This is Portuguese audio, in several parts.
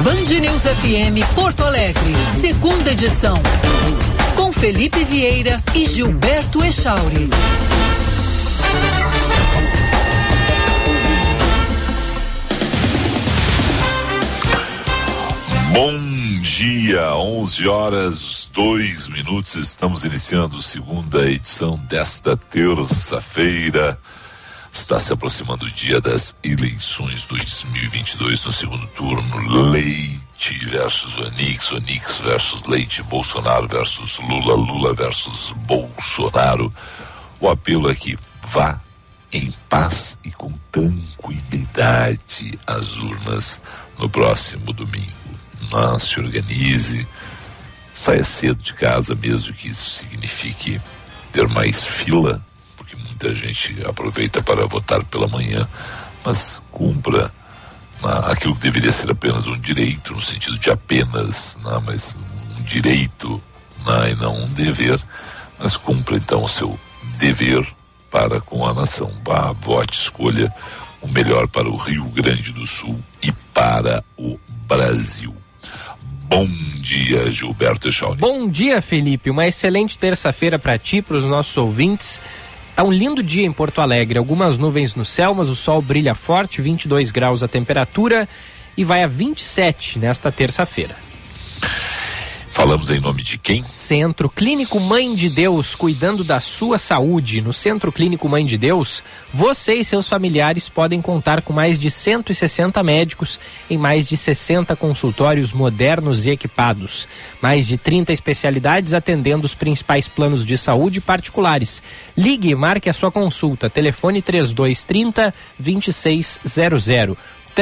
Band News FM Porto Alegre, segunda edição. Com Felipe Vieira e Gilberto Echauri. Bom dia, 11h02, estamos iniciando a segunda edição desta terça-feira. Está se aproximando o dia das eleições 2022 no segundo turno. Leite versus Onix, Onix versus Leite, Bolsonaro versus Lula, Lula versus Bolsonaro. O apelo é que vá em paz e com tranquilidade às urnas no próximo domingo. Não se organize, saia cedo de casa, mesmo que isso signifique ter mais fila, porque muita gente aproveita para votar pela manhã, mas cumpra aquilo que deveria ser apenas um direito, no sentido de apenas, mas um direito e não um dever, mas cumpra então o seu dever para com a nação. Vá, vote, escolha o melhor para o Rio Grande do Sul e para o Brasil. Bom dia, Gilberto Echauri. Bom dia, Felipe. Uma excelente terça-feira para ti, para os nossos ouvintes. Tá um lindo dia em Porto Alegre. Algumas nuvens no céu, mas o sol brilha forte, 22 graus a temperatura e vai a 27 nesta terça-feira. Falamos em nome de quem? Centro Clínico Mãe de Deus, cuidando da sua saúde. No Centro Clínico Mãe de Deus, você e seus familiares podem contar com mais de 160 médicos em mais de 60 consultórios modernos e equipados. Mais de 30 especialidades atendendo os principais planos de saúde particulares. Ligue e marque a sua consulta. Telefone 3230-2600.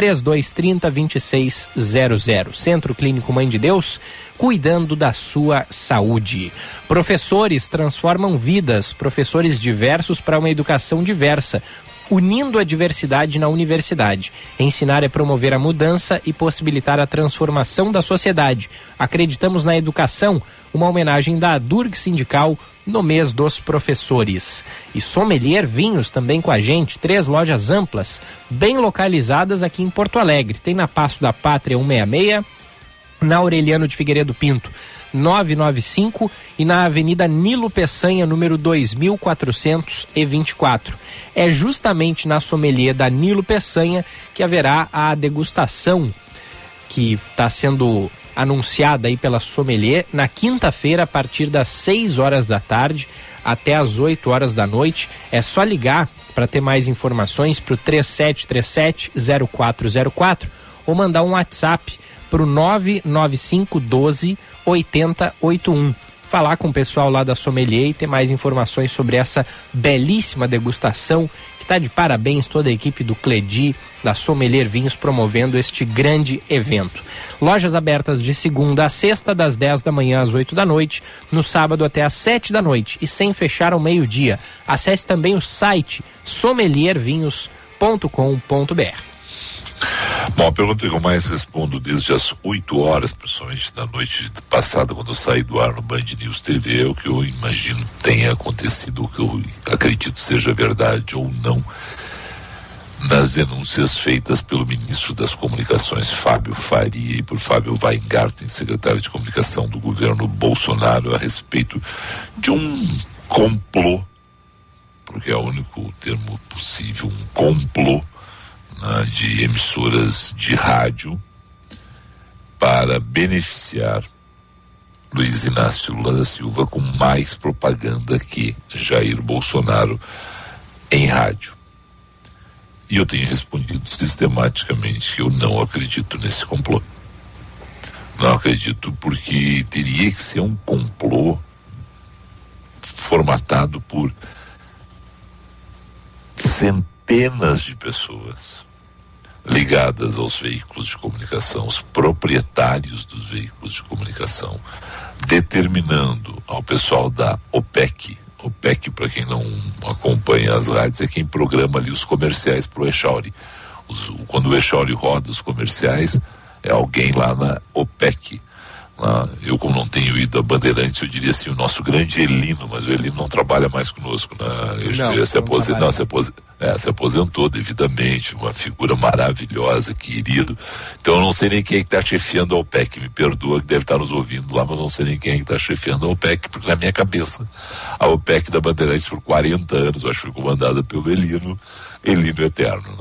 3230-2600. Centro Clínico Mãe de Deus, cuidando da sua saúde. Professores transformam vidas, professores diversos para uma educação diversa, unindo a diversidade na universidade. Ensinar é promover a mudança e possibilitar a transformação da sociedade. Acreditamos na educação, uma homenagem da Durg Sindical no mês dos professores. E Sommelier Vinhos também com a gente, 3 lojas amplas, bem localizadas aqui em Porto Alegre. Tem na Paço da Pátria 166, na Aureliano de Figueiredo Pinto 995 e na Avenida Nilo Peçanha, número 2424. É justamente na Sommelier da Nilo Peçanha que haverá a degustação que está sendo anunciada aí pela Sommelier na quinta-feira, a partir das 6 horas da tarde até as 8 horas da noite. É só ligar para ter mais informações para o 3737-0404 ou mandar um WhatsApp para o 99512-8081. Falar com o pessoal lá da Sommelier e ter mais informações sobre essa belíssima degustação, que está de parabéns toda a equipe do Cledi, da Sommelier Vinhos, promovendo este grande evento. Lojas abertas de segunda a sexta, das 10 da manhã às 8 da noite, no sábado até às 7 da noite e sem fechar ao meio-dia. Acesse também o site sommeliervinhos.com.br. Bom, a pergunta que eu mais respondo desde as 8 horas, principalmente na noite passada, quando eu saí do ar no Band News TV, é o que eu imagino tenha acontecido, o que eu acredito seja verdade ou não, nas denúncias feitas pelo ministro das Comunicações, Fábio Faria, e por Fábio Weingarten, secretário de Comunicação do governo Bolsonaro, a respeito de um complô, porque é o único termo possível, um complô, de emissoras de rádio para beneficiar Luiz Inácio Lula da Silva com mais propaganda que Jair Bolsonaro em rádio. E eu tenho respondido sistematicamente que eu não acredito nesse complô. Não acredito, porque teria que ser um complô formatado por centenas de pessoas ligadas aos veículos de comunicação, os proprietários dos veículos de comunicação, determinando ao pessoal da OPEC. OPEC, para quem não acompanha as rádios, é quem programa ali os comerciais para o Echauri. Quando o Echauri roda os comerciais, é alguém lá na OPEC, Eu, como não tenho ido a Bandeirantes, eu diria assim, o nosso grande Elino, mas o Elino não trabalha mais conosco, ele se aposentou devidamente, uma figura maravilhosa, querido. Então eu não sei nem quem é que está chefiando a OPEC, me perdoa que deve estar nos ouvindo lá, mas não sei nem quem é que está chefiando a OPEC, porque na minha cabeça a OPEC da Bandeirantes por 40 anos, eu acho que foi comandada pelo Elino eterno,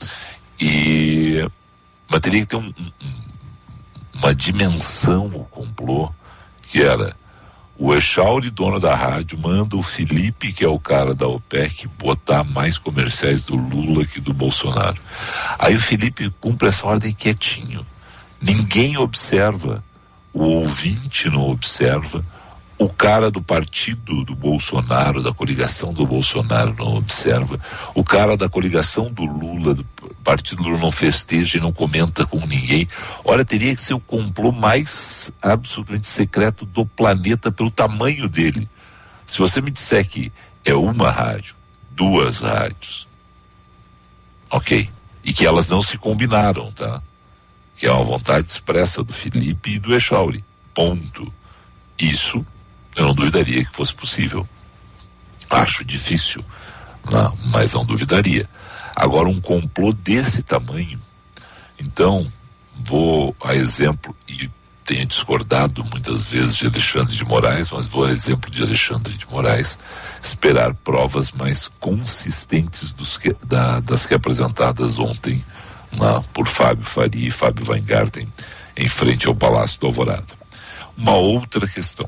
mas teria que ter uma dimensão o complô, que era o Echauri, dono da rádio, manda o Felipe, que é o cara da OPEC, botar mais comerciais do Lula que do Bolsonaro. Aí o Felipe cumpre essa ordem quietinho. Ninguém observa, o ouvinte não observa, o cara do partido do Bolsonaro, da coligação do Bolsonaro não observa, o cara da coligação do Lula, do partido do Lula não festeja e não comenta com ninguém. Olha, teria que ser o complô mais absolutamente secreto do planeta pelo tamanho dele. Se você me disser que é uma rádio, 2 rádios, ok, e que elas não se combinaram, que é uma vontade expressa do Felipe e do Echauri, ponto. Isso eu não duvidaria que fosse possível. Acho difícil, mas não duvidaria. Agora, um complô desse tamanho, então, vou a exemplo, e tenho discordado muitas vezes de Alexandre de Moraes, mas vou a exemplo de Alexandre de Moraes, esperar provas mais consistentes das que apresentadas ontem por Fábio Faria e Fábio Weingarten em frente ao Palácio do Alvorada. Uma outra questão.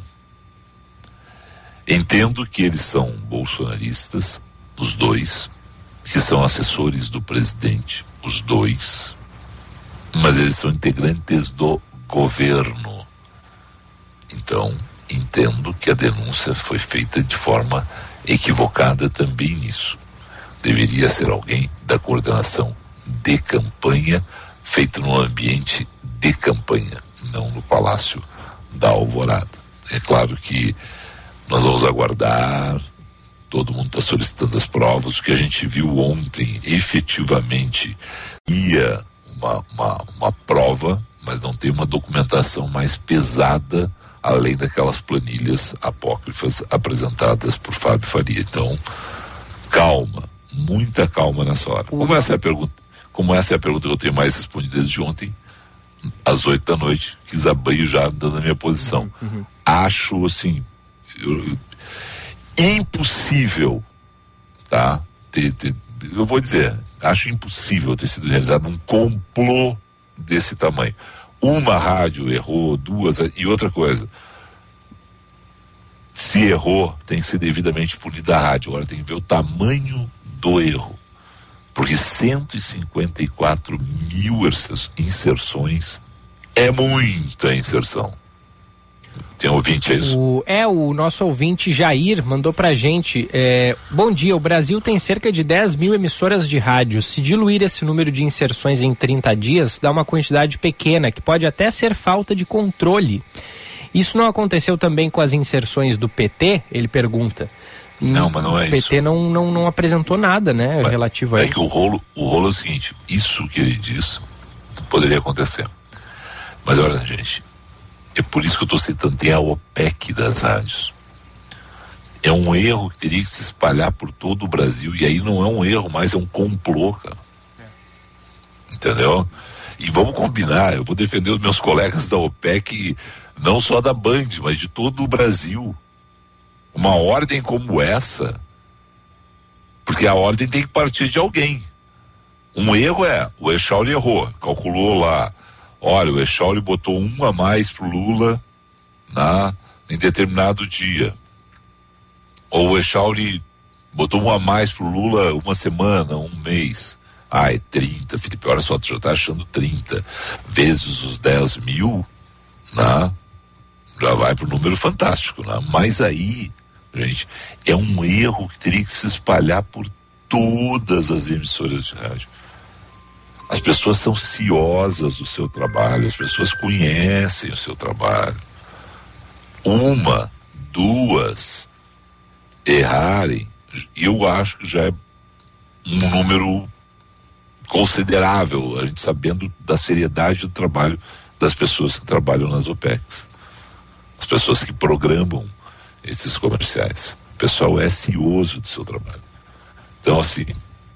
Entendo que eles são bolsonaristas, os dois, que são assessores do presidente, os dois, mas eles são integrantes do governo. Então, entendo que a denúncia foi feita de forma equivocada também nisso. Deveria ser alguém da coordenação de campanha, feito no ambiente de campanha, não no Palácio da Alvorada. É claro que nós vamos aguardar, todo mundo está solicitando as provas. O que a gente viu ontem efetivamente ia uma prova, mas não tem uma documentação mais pesada além daquelas planilhas apócrifas apresentadas por Fábio Faria. Então, calma, muita calma nessa hora. Como essa é a pergunta que eu tenho mais respondido desde ontem, às 8 da noite, quis abrir já dando a minha posição. Acho assim, impossível, eu vou dizer, acho impossível ter sido realizado um complô desse tamanho. Uma rádio errou, 2, e outra coisa, se errou, tem que ser devidamente punida a rádio. Agora tem que ver o tamanho do erro, porque 154 mil inserções é muita inserção. Tem ouvinte, é isso? O nosso ouvinte Jair mandou pra gente, bom dia, o Brasil tem cerca de 10 mil emissoras de rádio. Se diluir esse número de inserções em 30 dias, dá uma quantidade pequena, que pode até ser falta de controle. Isso não aconteceu também com as inserções do PT? Ele pergunta. Não, mas não é isso. O PT não apresentou nada, né, relativo a isso. É que o rolo é o seguinte, isso que ele diz poderia acontecer. Mas olha, gente, é por isso que eu estou citando, tem a OPEC das rádios. É um erro que teria que se espalhar por todo o Brasil, e aí não é um erro, mas é um complô, cara. Entendeu? E vamos combinar, eu vou defender os meus colegas da OPEC, não só da Band, mas de todo o Brasil. Uma ordem como essa, porque a ordem tem que partir de alguém. Um erro o Echauri errou, calculou lá, olha, o Echauri botou 1 a mais pro Lula em determinado dia. Ou o Echauri botou 1 a mais pro Lula uma semana, um mês. É 30, Felipe, olha só, tu já tá achando 30 vezes os 10 mil, já vai pro número fantástico, Mas aí, gente, é um erro que teria que se espalhar por todas as emissoras de rádio. As pessoas são ciosas do seu trabalho, as pessoas conhecem o seu trabalho. 1, 2 errarem, eu acho que já é um número considerável, a gente sabendo da seriedade do trabalho das pessoas que trabalham nas OPECs. as pessoas que programam esses comerciais. O pessoal é cioso do seu trabalho. Então, assim,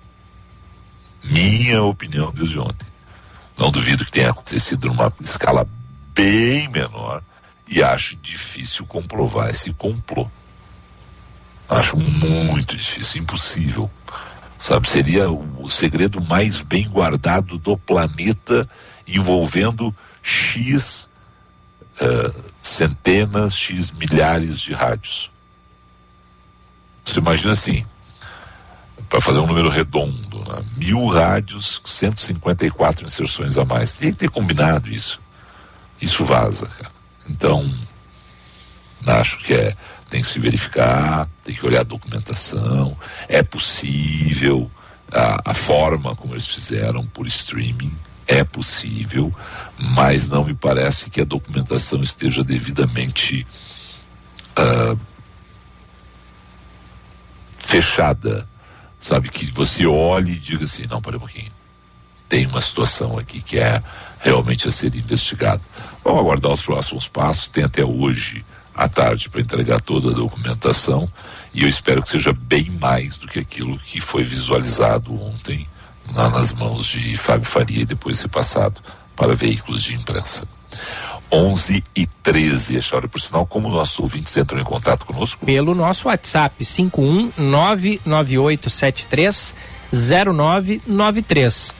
minha opinião desde ontem, não duvido que tenha acontecido numa escala bem menor, e acho difícil comprovar esse complô. Acho muito difícil, impossível. Sabe, seria o segredo mais bem guardado do planeta, envolvendo X centenas, X milhares de rádios. Você imagina assim, para fazer um número redondo, né? 1000 rádios, 154 inserções a mais. Tem que ter combinado isso. Isso vaza, cara. Então, acho que tem que se verificar, tem que olhar a documentação. É possível, a forma como eles fizeram por streaming é possível, mas não me parece que a documentação esteja devidamente fechada. Sabe, que você olhe e diga assim, não, para um pouquinho, tem uma situação aqui que é realmente a ser investigada. Vamos aguardar os próximos passos, tem até hoje à tarde para entregar toda a documentação, e eu espero que seja bem mais do que aquilo que foi visualizado ontem lá nas mãos de Fábio Faria e depois repassado para veículos de imprensa. 11h13, esta hora, por sinal, como nossos ouvintes entram em contato conosco? Pelo nosso WhatsApp, 51998730993,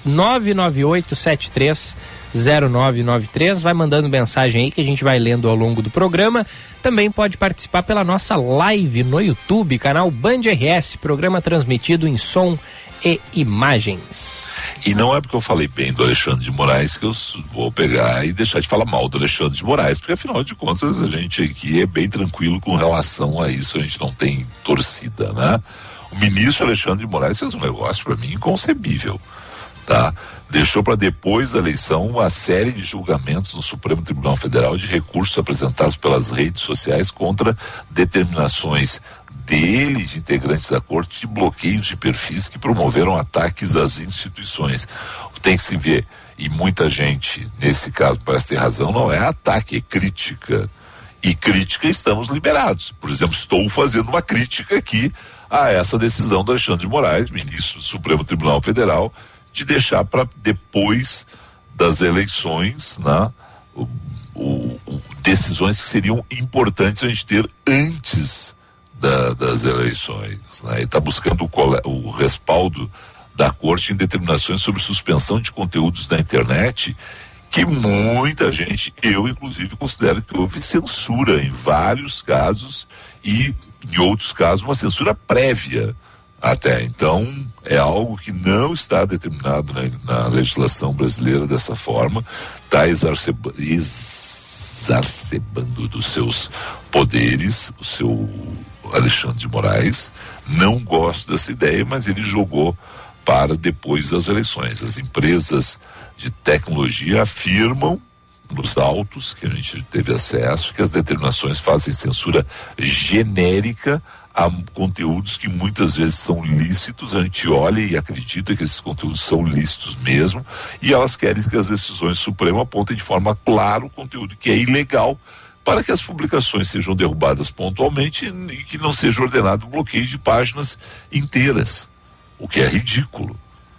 998730993, vai mandando mensagem aí que a gente vai lendo ao longo do programa. Também pode participar pela nossa live no YouTube, canal Band RS, programa transmitido em som e imagens. E não é porque eu falei bem do Alexandre de Moraes que eu vou pegar e deixar de falar mal do Alexandre de Moraes, porque afinal de contas a gente aqui é bem tranquilo com relação a isso, a gente não tem torcida, né? O ministro Alexandre de Moraes fez um negócio para mim inconcebível, tá? Deixou para depois da eleição uma série de julgamentos no Supremo Tribunal Federal de recursos apresentados pelas redes sociais contra determinações dele, de integrantes da corte, de bloqueios de perfis que promoveram ataques às instituições. Tem que se ver, e muita gente, nesse caso, parece ter razão, não é ataque, é crítica. E crítica estamos liberados. Por exemplo, estou fazendo uma crítica aqui a essa decisão do Alexandre de Moraes, ministro do Supremo Tribunal Federal, de deixar para depois das eleições, né, decisões que seriam importantes a gente ter antes das eleições, né? Ele está buscando o respaldo da corte em determinações sobre suspensão de conteúdos da internet, que muita gente, eu inclusive, considero que houve censura em vários casos e em outros casos uma censura prévia até. Então é algo que não está determinado na legislação brasileira dessa forma, está exacerbando dos seus poderes o seu Alexandre de Moraes. Não gosto dessa ideia, mas ele jogou para depois das eleições. As empresas de tecnologia afirmam nos autos que a gente teve acesso que as determinações fazem censura genérica a conteúdos que muitas vezes são lícitos. A gente olha e acredita que esses conteúdos são lícitos mesmo, e elas querem que as decisões do Supremo apontem de forma clara o conteúdo que é ilegal, para que as publicações sejam derrubadas pontualmente e que não seja ordenado o bloqueio de páginas inteiras, o que é ridículo.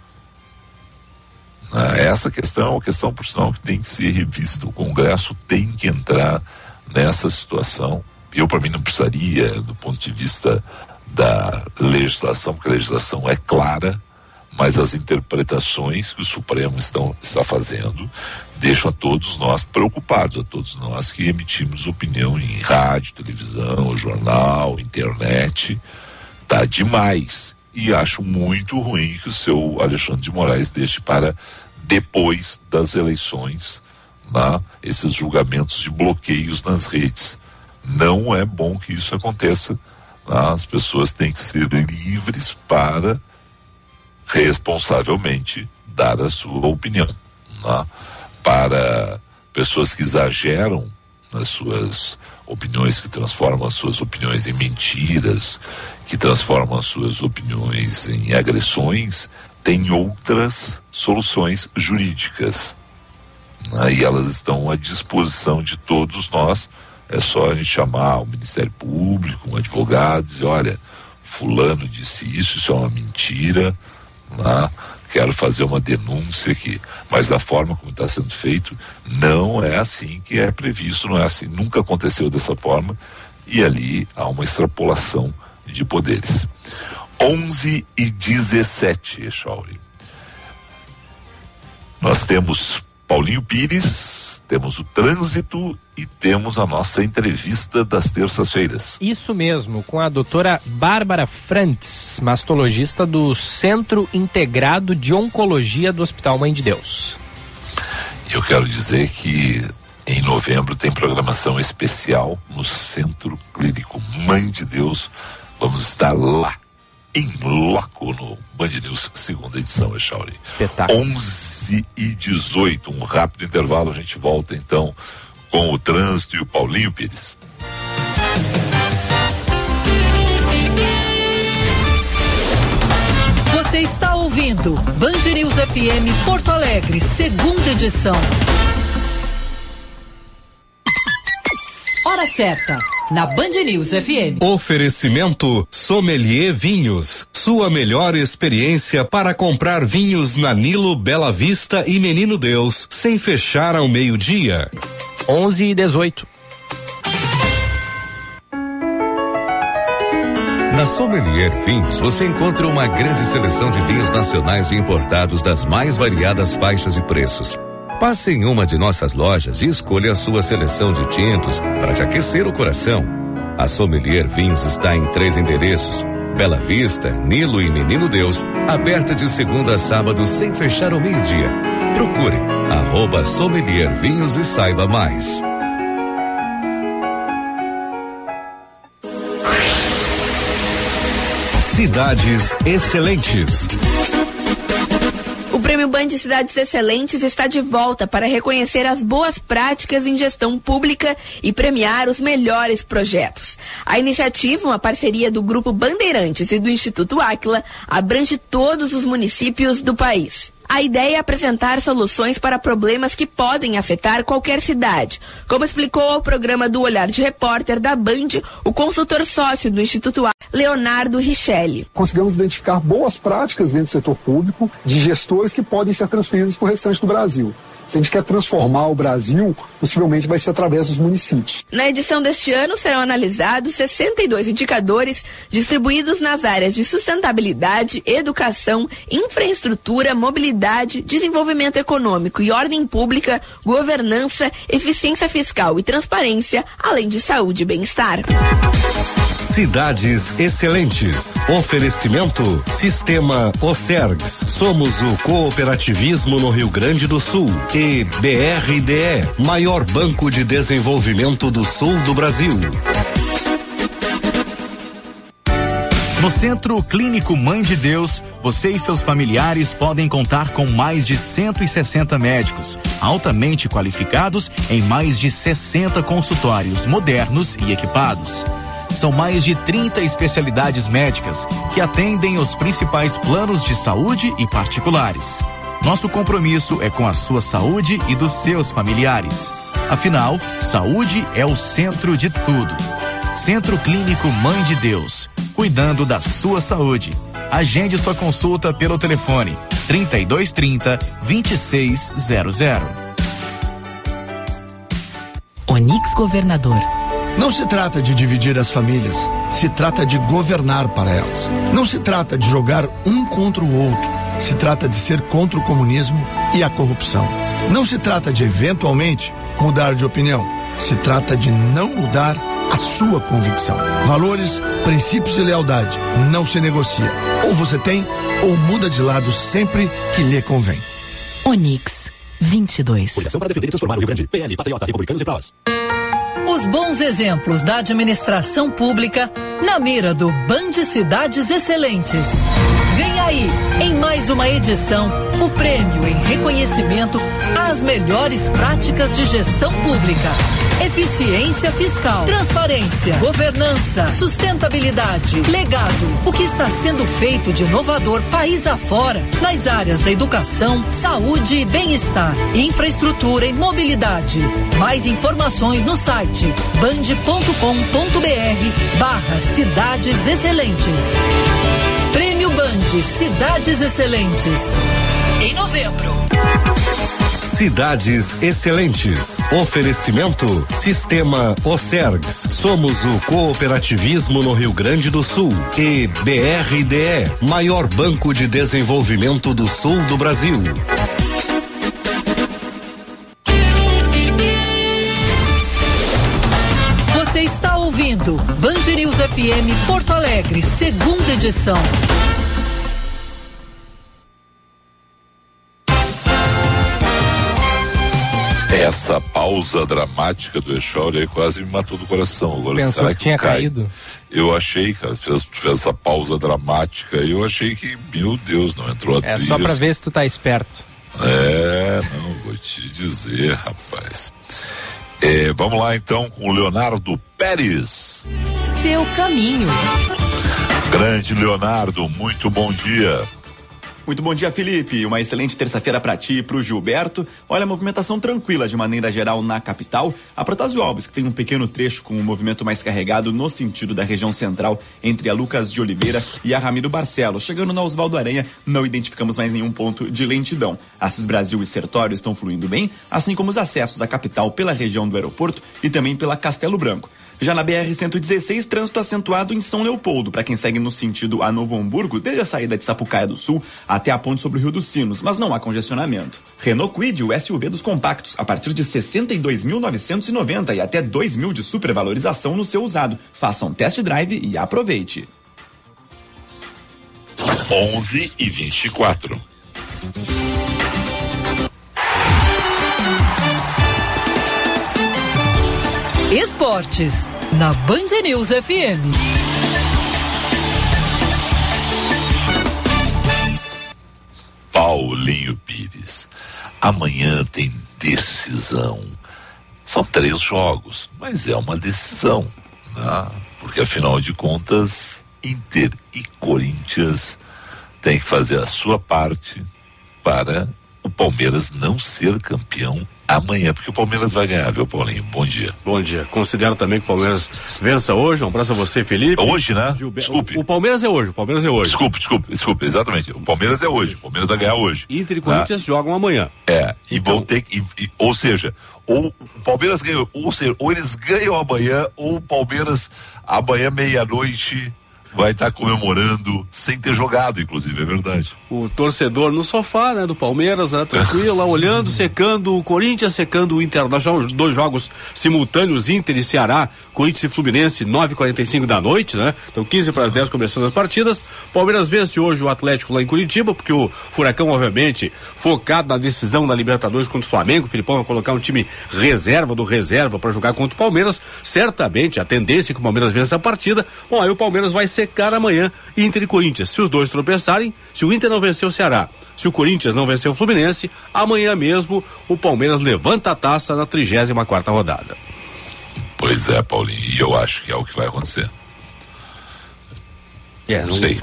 Essa questão é uma questão, por sinal, que tem que ser revista. O Congresso tem que entrar nessa situação. Eu, para mim, não precisaria, do ponto de vista da legislação, porque a legislação é clara, mas as interpretações que o Supremo está fazendo deixam a todos nós preocupados, a todos nós que emitimos opinião em rádio, televisão, jornal, internet. Tá demais. E acho muito ruim que o seu Alexandre de Moraes deixe para depois das eleições, né, esses julgamentos de bloqueios nas redes. Não é bom que isso aconteça. Né? As pessoas têm que ser livres para responsavelmente dar a sua opinião. Né? Para pessoas que exageram nas suas opiniões, que transformam as suas opiniões em mentiras, que transformam as suas opiniões em agressões, tem outras soluções jurídicas, né? E elas estão à disposição de todos nós. É só a gente chamar o Ministério Público, um advogado, dizer, olha, fulano disse isso é uma mentira, né? Quero fazer uma denúncia aqui. Mas da forma como está sendo feito, não é assim que é previsto, não é assim, nunca aconteceu dessa forma, e ali há uma extrapolação de poderes. 11h17, Echauri. Nós temos Paulinho Pires, temos o trânsito e temos a nossa entrevista das terças-feiras. Isso mesmo, com a doutora Bárbara Frantz, mastologista do Centro Integrado de Oncologia do Hospital Mãe de Deus. Eu quero dizer que em novembro tem programação especial no Centro Clínico Mãe de Deus. Vamos estar lá, em loco, no Band News, segunda edição, Echauri. Espetáculo. 11h18, um rápido intervalo, a gente volta então com o trânsito e o Paulinho Pires. Você está ouvindo Band News FM Porto Alegre, segunda edição. Hora certa, na Band News FM. Oferecimento Sommelier Vinhos. Sua melhor experiência para comprar vinhos na Nilo, Bela Vista e Menino Deus, sem fechar ao meio-dia. 11h18. Na Sommelier Vinhos você encontra uma grande seleção de vinhos nacionais e importados das mais variadas faixas e preços. Passe em uma de nossas lojas e escolha a sua seleção de tintos para te aquecer o coração. A Sommelier Vinhos está em 3 endereços: Bela Vista, Nilo e Menino Deus, aberta de segunda a sábado sem fechar ao meio-dia. Procure @Sommelier Vinhos e saiba mais. Cidades Excelentes. O Prêmio Band Cidades Excelentes está de volta para reconhecer as boas práticas em gestão pública e premiar os melhores projetos. A iniciativa, uma parceria do Grupo Bandeirantes e do Instituto Áquila, abrange todos os municípios do país. A ideia é apresentar soluções para problemas que podem afetar qualquer cidade, como explicou ao programa do Olhar de Repórter da Band o consultor sócio do Instituto A, Leonardo Richelli. Conseguimos identificar boas práticas dentro do setor público de gestores que podem ser transferidas para o restante do Brasil. Se a gente quer transformar o Brasil, possivelmente vai ser através dos municípios. Na edição deste ano serão analisados 62 indicadores distribuídos nas áreas de sustentabilidade, educação, infraestrutura, mobilidade, desenvolvimento econômico e ordem pública, governança, eficiência fiscal e transparência, além de saúde e bem-estar. Cidades Excelentes. Oferecimento Sistema Ocergs. Somos o cooperativismo no Rio Grande do Sul. E BRDE, maior banco de desenvolvimento do sul do Brasil. No Centro Clínico Mãe de Deus, você e seus familiares podem contar com mais de 160 médicos, altamente qualificados em mais de 60 consultórios modernos e equipados. São mais de 30 especialidades médicas que atendem os principais planos de saúde e particulares. Nosso compromisso é com a sua saúde e dos seus familiares. Afinal, saúde é o centro de tudo. Centro Clínico Mãe de Deus, cuidando da sua saúde. Agende sua consulta pelo telefone 3230-2600. Onix Governador. Não se trata de dividir as famílias, se trata de governar para elas. Não se trata de jogar um contra o outro, se trata de ser contra o comunismo e a corrupção. Não se trata de, eventualmente, mudar de opinião, se trata de não mudar a sua convicção. Valores, princípios e lealdade não se negocia. Ou você tem, ou muda de lado sempre que lhe convém. Onix 22. Coligação para defender e transformar o Rio Grande. PL, Patriota, Republicanos e Prós. Os bons exemplos da administração pública na mira do Band Cidades Excelentes. Vem aí, em mais uma edição, o prêmio em reconhecimento às melhores práticas de gestão pública. Eficiência fiscal, transparência, governança, sustentabilidade, legado. O que está sendo feito de inovador país afora nas áreas da educação, saúde e bem-estar, infraestrutura e mobilidade. Mais informações no site band.com.br/Cidades Excelentes. Prêmio Band Cidades Excelentes. Em novembro. Cidades Excelentes. Oferecimento Sistema OCERGS. Somos o cooperativismo no Rio Grande do Sul. E BRDE, maior banco de desenvolvimento do sul do Brasil. Você está ouvindo Band News FM Porto Alegre, segunda edição. Essa pausa dramática do Echauri aí quase me matou do coração. Agora, pensou será que tinha caído? Eu achei, cara, fez essa pausa dramática, eu achei que, meu Deus, não entrou a trilha. É só pra ver se tu tá esperto. Não, vou te dizer, rapaz. Vamos lá então com o Leonardo Pérez. Seu caminho. Grande Leonardo, muito bom dia. Muito bom dia, Felipe. Uma excelente terça-feira para ti e para o Gilberto. Olha, a movimentação tranquila de maneira geral na capital. A Protásio Alves, que tem um pequeno trecho com um movimento mais carregado no sentido da região central, entre a Lucas de Oliveira e a Ramiro Barcelos. Chegando na Osvaldo Aranha, não identificamos mais nenhum ponto de lentidão. Assis Brasil e Sertório estão fluindo bem, assim como os acessos à capital pela região do aeroporto e também pela Castelo Branco. Já na BR-116, trânsito acentuado em São Leopoldo, para quem segue no sentido a Novo Hamburgo, desde a saída de Sapucaia do Sul até a ponte sobre o Rio dos Sinos, mas não há congestionamento. Renault Kwid, o SUV dos compactos, a partir de 62.990 e até 2.000 de supervalorização no seu usado. Faça um test drive e aproveite. 11h24. Esportes, na Band News FM. Paulinho Pires. Amanhã tem decisão. São 3 jogos, mas é uma decisão, né? Porque afinal de contas, Inter e Corinthians têm que fazer a sua parte para o Palmeiras não ser campeão amanhã, porque o Palmeiras vai ganhar, viu, Paulinho? Bom dia. Bom dia. Considero também que o Palmeiras vença hoje. Um abraço a você, Felipe. Hoje, né? Desculpe. O Palmeiras é hoje. Desculpe, exatamente. O Palmeiras é hoje. O Palmeiras vai ganhar hoje. Inter e Corinthians jogam amanhã. E vão ter que, ou seja, ou o Palmeiras ganhou, ou eles ganham amanhã, ou o Palmeiras amanhã meia-noite vai estar comemorando sem ter jogado, inclusive, é verdade. O torcedor no sofá, né, do Palmeiras, né, tranquilo, lá olhando, secando o Corinthians, secando o Internacional, 2 jogos simultâneos, Inter e Ceará, Corinthians e Fluminense, 9h45 da noite, né, então 15:10 começando as partidas. Palmeiras vence hoje o Atlético lá em Curitiba, porque o Furacão, obviamente, focado na decisão da Libertadores contra o Flamengo. O Filipão vai colocar um time reserva do reserva para jogar contra o Palmeiras. Certamente a tendência é que o Palmeiras vença a partida. Bom, aí o Palmeiras vai secar amanhã Inter e Corinthians. Se os dois tropeçarem, se o Inter não vencer o Ceará, se o Corinthians não vencer o Fluminense, amanhã mesmo o Palmeiras levanta a taça na 34ª rodada. Pois é, Paulinho, e eu acho que é o que vai acontecer. Não sei.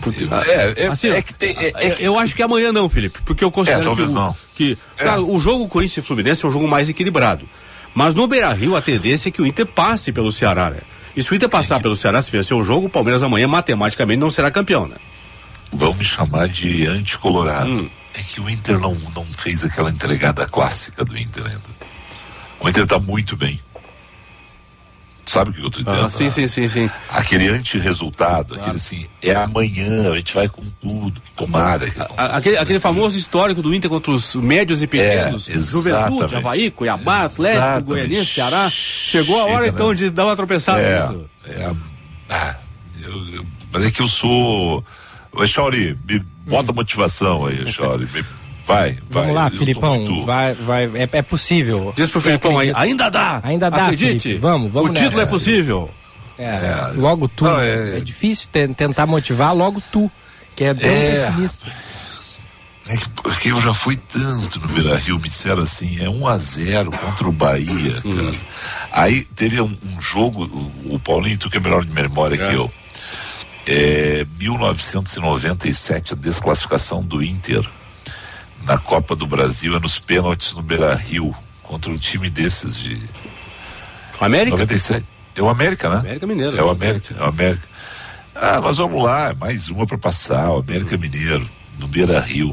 Eu acho que amanhã não, Felipe, porque eu considero claro, o jogo Corinthians e Fluminense é um jogo mais equilibrado, mas no Beira-Rio a tendência é que o Inter passe pelo Ceará, né? E se o Inter passar pelo Ceará, se vencer o jogo, o Palmeiras amanhã matematicamente não será campeão, né? Vão me chamar de anticolorado. É que o Inter não fez aquela entregada clássica do Inter ainda. O Inter tá muito bem. Sabe o que eu tô dizendo? Sim. Aquele anti-resultado, aquele assim, é amanhã, a gente vai com tudo, tomara. Aquele famoso histórico do Inter contra os médios e pequenos, Juventude, Avaí, Cuiabá, Atlético, Goianiense, Ceará. Chegou a hora então de dar uma tropeçada nisso. Mas é que eu sou... Echauri, bota motivação aí, Echauri. Vai. Vamos lá, Filipão, é possível. Diz pro Filipão aí, ainda dá, acredite. Felipe, vamos o título é possível. Logo tu, é difícil tentar motivar logo tu, Que é tão pessimista. Porque eu já fui tanto no Beira-Rio, me disseram assim, 1-0 contra o Bahia, cara. Aí teve um jogo, o Paulinho, tu que é melhor de memória que eu, 1997, a desclassificação do Inter na Copa do Brasil, nos pênaltis no Beira-Rio, contra um time desses de... América? 97. É o América, né? América Mineiro. É o América. Mas vamos lá, mais uma para passar, o América Mineiro, no Beira-Rio.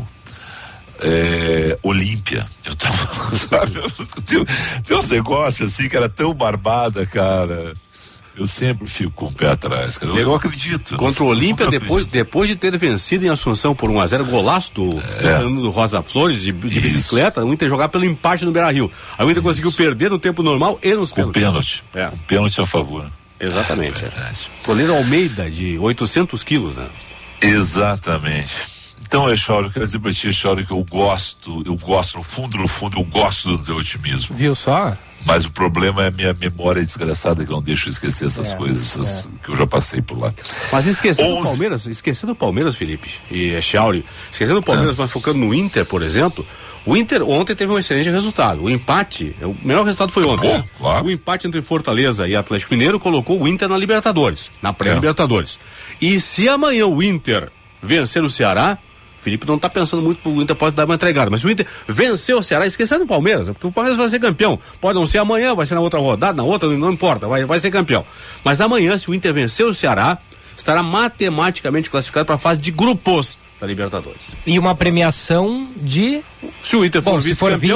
Olímpia, eu tava, sabe, tem uns negócios assim que era tão barbada, cara, eu sempre fico com o pé atrás, cara, eu acredito. Contra o Olímpia, depois de ter vencido em Assunção por 1-0, golaço do Fernando Rosa Flores de bicicleta, o Inter jogar pelo empate no Beira-Rio, aí o Inter conseguiu perder no tempo normal e nos pênaltis. Com pênalti a favor. Exatamente. Goleiro Almeida, de 800 quilos, né? Exatamente. Então, Echauri, eu quero dizer pra ti, Echauri, que eu gosto, no fundo, eu gosto do teu otimismo. Viu só? Mas o problema é a minha memória desgraçada, que não deixa eu esquecer essas coisas que eu já passei por lá. Mas esquecendo o Palmeiras, Felipe, e Echauri, esquecendo o Palmeiras, mas focando no Inter, por exemplo, o Inter ontem teve um excelente resultado. O empate, o melhor resultado foi ontem. Claro. O empate entre Fortaleza e Atlético Mineiro colocou o Inter na Libertadores, na pré-Libertadores. E se amanhã o Inter vencer o Ceará, Felipe não está pensando muito, o Inter pode dar uma entregada, mas se o Inter venceu o Ceará, esquecendo o Palmeiras, porque o Palmeiras vai ser campeão, pode não ser amanhã, vai ser na outra rodada, na outra, não importa, vai ser campeão, mas amanhã, se o Inter vencer o Ceará, estará matematicamente classificado para a fase de grupos da Libertadores. E uma premiação de... Se o Inter for vice-campeão,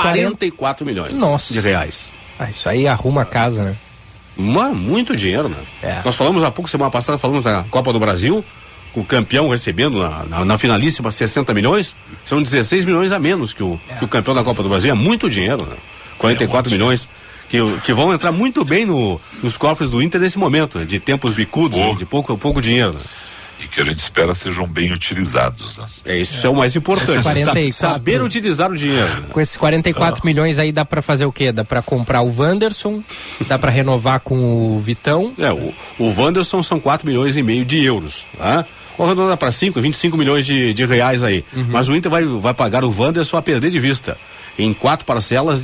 44 milhões de reais. Isso aí arruma a casa, né? Muito dinheiro, né? Nós falamos há pouco, semana passada, falamos da Copa do Brasil, o campeão recebendo na finalíssima 60 milhões, são 16 milhões a menos que o campeão da Copa do Brasil. É muito dinheiro, né? 44 milhões que vão entrar muito bem nos cofres do Inter nesse momento, né? De tempos bicudos, né? De pouco dinheiro, né? E que a gente espera sejam bem utilizados, né? Isso é o mais importante. Saber utilizar o dinheiro. Né? Com esses 44 milhões aí dá pra fazer o quê? Dá pra comprar o Wanderson, dá pra renovar com o Vitão. O Wanderson são 4 milhões e meio de euros, tá? Vamos arredondar para 25 milhões de reais aí. Mas o Inter vai pagar o Wanderson a perder de vista, em 4 parcelas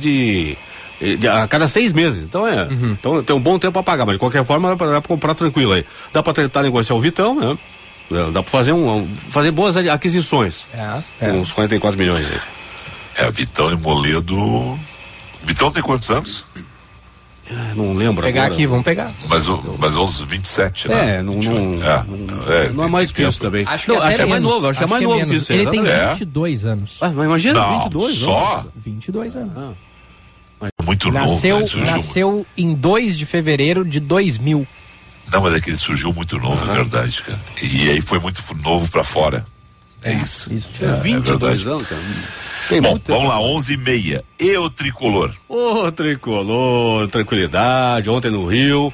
a cada 6 meses. Então então tem um bom tempo para pagar, mas de qualquer forma dá para comprar tranquilo aí. Dá para tentar negociar o Vitão, né? Dá para fazer boas aquisições com uns 44 milhões aí. Vitão e Moledo. Vitão tem quantos anos? Não lembro pegar agora. Aqui, vamos pegar. Mas uns 27, né? Não é mais que isso também. Acho que é mais novo, acho que é mais novo que isso. Ele tem 22 anos. Mas imagina, 22 só? 22 anos. Muito novo. Nasceu em 2 de fevereiro de 2000. Não, mas é que ele surgiu muito novo, é verdade, cara. E aí foi muito novo pra fora. Isso. 22 anos, cara. Bom, vamos lá, 11h30. E o Tricolor? O Tricolor, tranquilidade. Ontem no Rio,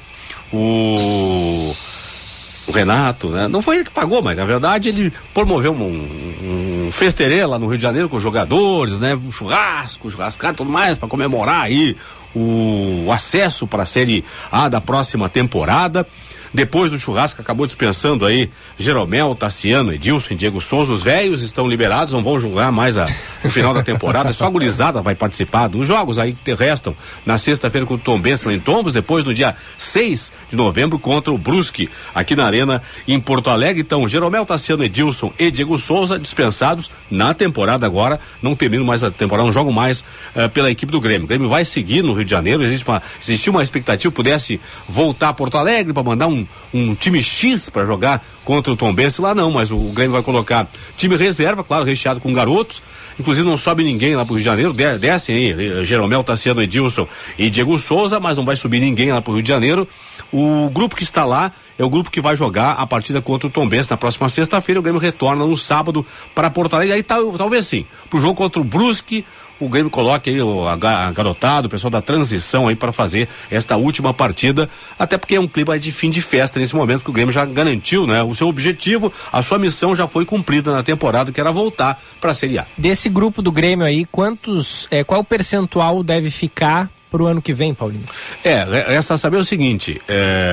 o Renato, né? Não foi ele que pagou, mas na verdade ele promoveu um festerê lá no Rio de Janeiro com os jogadores, né? Um churrascado e tudo mais para comemorar aí o acesso para a Série A da próxima temporada. Depois do churrasco, acabou dispensando aí Jeromel, Tassiano, Edilson e Diego Souza. Os velhos estão liberados, não vão jogar mais no final da temporada. Só a gurizada vai participar dos jogos aí que restam na sexta-feira com o Tombense lá em Tombos, depois no dia 6 de novembro contra o Brusque, aqui na Arena em Porto Alegre. Então, Jeromel, Tassiano, Edilson e Diego Souza dispensados na temporada agora, não terminam mais a temporada, não jogam mais pela equipe do Grêmio. O Grêmio vai seguir no Rio de Janeiro, existiu uma expectativa que pudesse voltar a Porto Alegre para mandar um time X para jogar contra o Tombense lá, não, mas o Grêmio vai colocar time reserva, claro, recheado com garotos, inclusive não sobe ninguém lá pro Rio de Janeiro, descem aí Jeromel, Tassiano, Edilson e Diego Souza, mas não vai subir ninguém lá pro Rio de Janeiro. O grupo que está lá é o grupo que vai jogar a partida contra o Tombense na próxima sexta-feira. O Grêmio retorna no sábado para Porto Alegre, aí talvez sim, pro jogo contra o Brusque, o Grêmio coloque aí a garotada, o pessoal da transição aí para fazer esta última partida, até porque é um clima de fim de festa nesse momento, que o Grêmio já garantiu, né? O seu objetivo, a sua missão já foi cumprida na temporada, que era voltar para a Série A. Desse grupo do Grêmio aí, qual percentual deve ficar pro ano que vem, Paulinho? Resta saber o seguinte,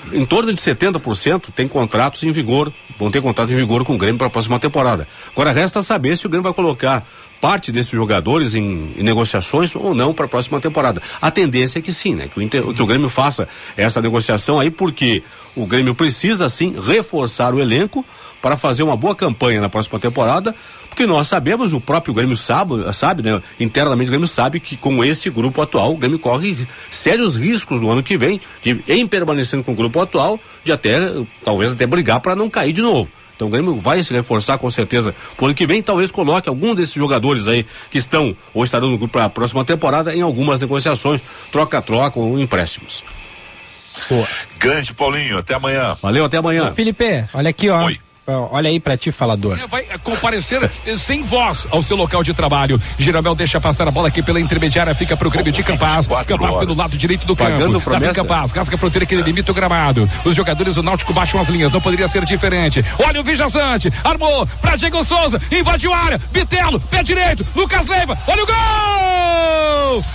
em torno de 70% tem contratos em vigor, vão ter contrato em vigor com o Grêmio para a próxima temporada. Agora resta saber se o Grêmio vai colocar parte desses jogadores em negociações ou não para a próxima temporada. A tendência é que sim, né? Que o Grêmio faça essa negociação aí, porque o Grêmio precisa sim reforçar o elenco para fazer uma boa campanha na próxima temporada, porque nós sabemos, o próprio Grêmio sabe, né? Internamente o Grêmio sabe que com esse grupo atual o Grêmio corre sérios riscos no ano que vem, em permanecendo com o grupo atual, de talvez até brigar para não cair de novo. Então o Grêmio vai se reforçar com certeza pro ano que vem, talvez coloque algum desses jogadores aí que estão ou estarão no grupo para a próxima temporada em algumas negociações, troca-troca ou empréstimos. Boa. Grande Paulinho, até amanhã. Valeu, até amanhã. Felipe, olha aqui, ó. Oi. Olha aí pra ti, falador. Vai comparecer sem voz ao seu local de trabalho. Jeromel deixa passar a bola aqui pela intermediária, fica pro Grêmio de Campaz. Campaz pelo lado direito do campo. Davi Campaz, rasga a fronteira que ele limita o gramado. Os jogadores do Náutico baixam as linhas, não poderia ser diferente. Olha o Vijaçante, armou pra Diego Souza, invadiu a área, Bitelo, pé direito, Lucas Leiva, olha o gol!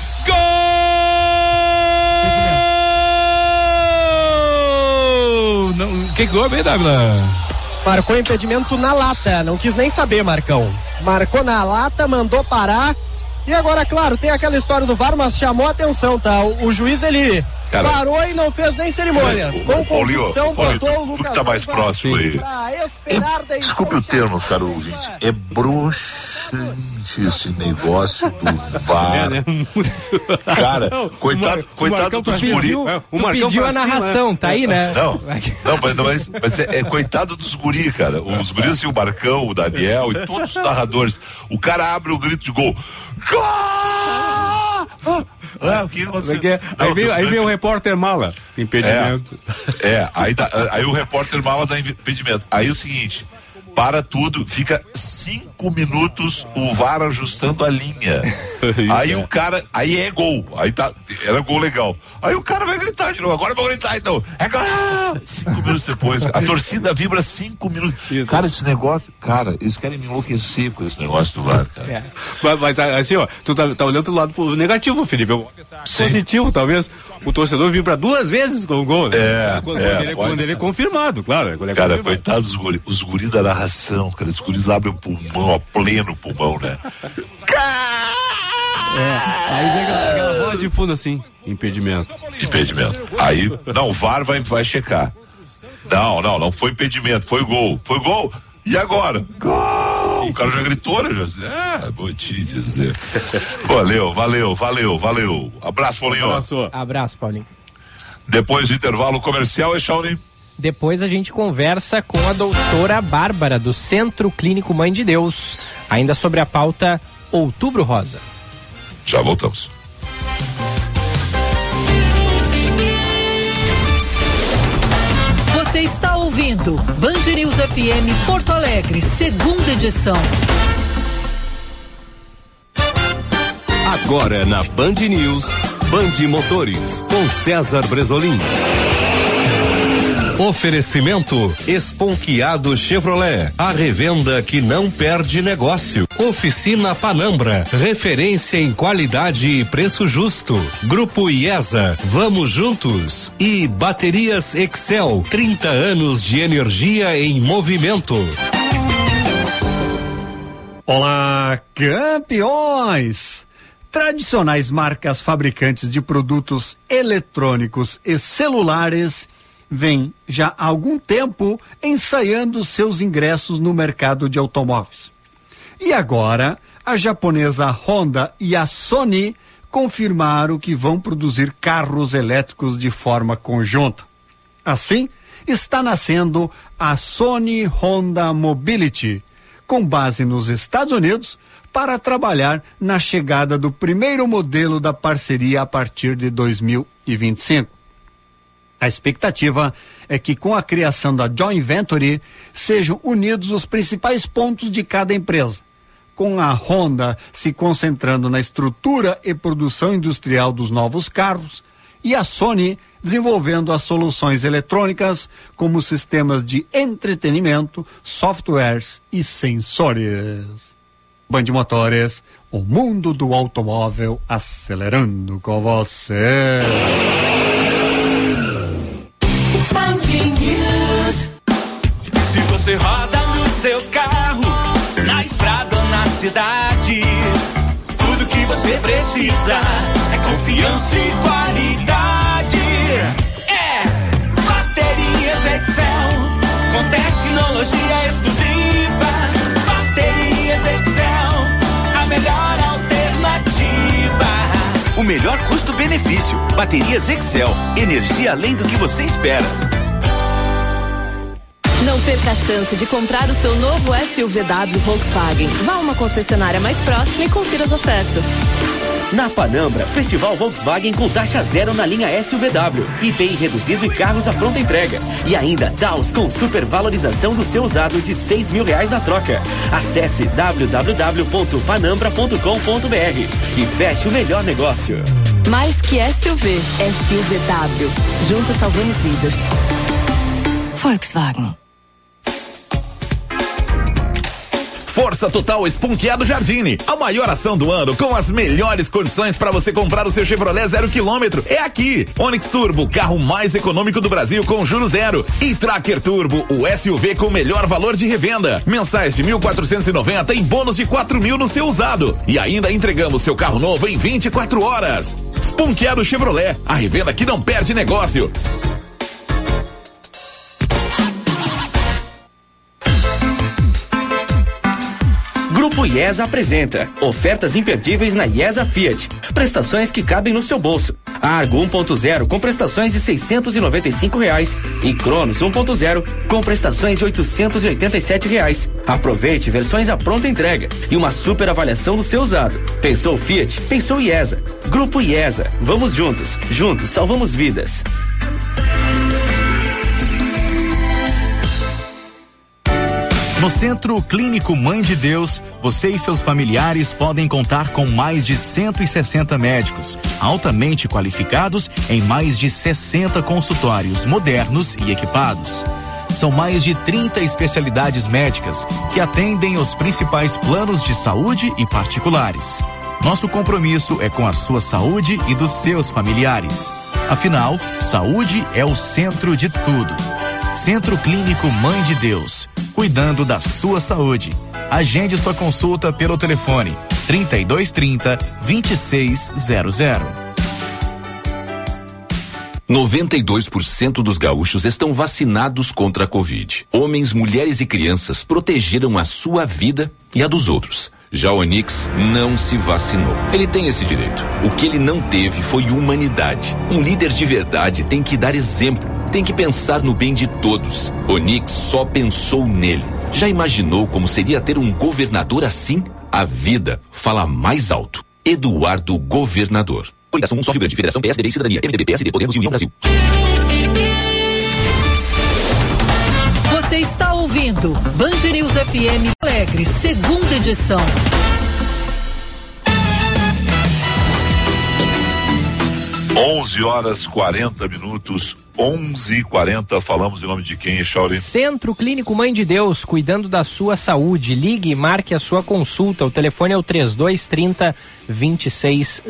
Gol! Não, que gol, bem, Dávila? Marcou impedimento na lata, não quis nem saber, Marcão. Marcou na lata, mandou parar. E agora, claro, tem aquela história do VAR, mas chamou a atenção, tá? O juiz, ele parou e não fez nem cerimônias. Com convicção, botou o Lucas. Tu que tá mais próximo aí. Desculpe o termo, cara, é broxante esse negócio do VAR. Cara, coitado dos guri. Tu pediu a narração, tá aí, né? Não, mas é coitado dos guri, cara. Os guris, assim, o Marcão, o Daniel e todos os narradores. O cara abre o grito de gol. Gol! Aí veio o repórter mala, impedimento. Aí o repórter mala dá impedimento. Aí o seguinte, para tudo, fica 5 minutos o VAR ajustando a linha. Aí o cara, aí é gol, era gol legal. Aí o cara vai gritar de novo, agora eu vou gritar então, é gol! 5 minutos depois, a torcida vibra 5 minutos. Cara, esse negócio, eles querem me enlouquecer com esse negócio do VAR, cara. Mas assim, ó, tu tá olhando pelo lado negativo, Felipe. Positivo, talvez o torcedor vibra 2 vezes com o gol, né? Quando ele é confirmado, claro. Cara, coitados os guris da narração, cara, os guris abrem o pulmão, a pleno pulmão, né? Aí vem aquela bola de fundo assim, impedimento. Aí, não, o VAR vai checar. Não foi impedimento, foi gol. E agora? Gol! O cara já gritou, né? Vou te dizer. Valeu. Abraço, Paulinho. Abraço, Paulinho. Depois do intervalo comercial, Echauri. Depois a gente conversa com a doutora Bárbara, do Centro Clínico Mãe de Deus, ainda sobre a pauta Outubro Rosa. Já voltamos. Você está ouvindo Band News FM Porto Alegre, segunda edição. Agora na Band News, Band Motores, com César Bresolim. Oferecimento Esponquiado Chevrolet, a revenda que não perde negócio. Oficina Panambra, referência em qualidade e preço justo. Grupo IESA, vamos juntos. E Baterias Excel, 30 anos de energia em movimento. Olá, campeões! Tradicionais marcas fabricantes de produtos eletrônicos e celulares vem já há algum tempo ensaiando seus ingressos no mercado de automóveis. E agora, a japonesa Honda e a Sony confirmaram que vão produzir carros elétricos de forma conjunta. Assim, está nascendo a Sony Honda Mobility, com base nos Estados Unidos, para trabalhar na chegada do primeiro modelo da parceria a partir de 2025. A expectativa é que com a criação da joint venture sejam unidos os principais pontos de cada empresa, com a Honda se concentrando na estrutura e produção industrial dos novos carros e a Sony desenvolvendo as soluções eletrônicas como sistemas de entretenimento, softwares e sensores. Band Motores, o mundo do automóvel acelerando com você. Se você roda no seu carro, na estrada ou na cidade, tudo que você precisa é confiança e qualidade. É Baterias Excel, com tecnologia exclusiva. Baterias Excel, a melhor alternativa. O melhor custo-benefício. Baterias Excel, energia além do que você espera. Não perca a chance de comprar o seu novo SUVW Volkswagen. Vá a uma concessionária mais próxima e confira as ofertas. Na Panambra, Festival Volkswagen com taxa zero na linha SUVW, IPI reduzido e carros à pronta entrega. E ainda Taos com supervalorização do seu usado de R$6 mil na troca. Acesse www.panambra.com.br e feche o melhor negócio. Mais que SUV, SUVW. Juntos salvamos vidas. Volkswagen. Força Total Esponqueado Jardine, a maior ação do ano com as melhores condições para você comprar o seu Chevrolet 0 km. É aqui. Onix Turbo, carro mais econômico do Brasil com juros zero. E Tracker Turbo, o SUV com melhor valor de revenda. Mensais de 1.490 e bônus de 4.000 no seu usado. E ainda entregamos seu carro novo em 24 horas. Esponqueado Chevrolet, a revenda que não perde negócio. Grupo IESA apresenta ofertas imperdíveis na IESA Fiat. Prestações que cabem no seu bolso. Argo 1.0 com prestações de R$695 e Cronos 1.0 com prestações de R$887. Aproveite versões à pronta entrega e uma super avaliação do seu usado. Pensou Fiat? Pensou IESA. Grupo IESA. Vamos juntos. Juntos salvamos vidas. No Centro Clínico Mãe de Deus, você e seus familiares podem contar com mais de 160 médicos, altamente qualificados em mais de 60 consultórios modernos e equipados. São mais de 30 especialidades médicas que atendem os principais planos de saúde e particulares. Nosso compromisso é com a sua saúde e dos seus familiares. Afinal, saúde é o centro de tudo. Centro Clínico Mãe de Deus, cuidando da sua saúde. Agende sua consulta pelo telefone 3230-2600. 92% dos gaúchos estão vacinados contra a Covid. Homens, mulheres e crianças protegeram a sua vida e a dos outros. Já o Onix não se vacinou. Ele tem esse direito. O que ele não teve foi humanidade. Um líder de verdade tem que dar exemplo, tem que pensar no bem de todos. Onix só pensou nele. Já imaginou como seria ter um governador assim? A vida fala mais alto. Eduardo Governador. Coligação 1 só Rio Grande, Federação PSDB e Cidadania, MDB, PSD, Podemos e União Brasil. Você está ouvindo Band News FM Alegre, segunda edição. 11h40, 11h40, falamos em nome de quem, Chauri? Centro Clínico Mãe de Deus, cuidando da sua saúde. Ligue e marque a sua consulta. O telefone é o 3230-2600.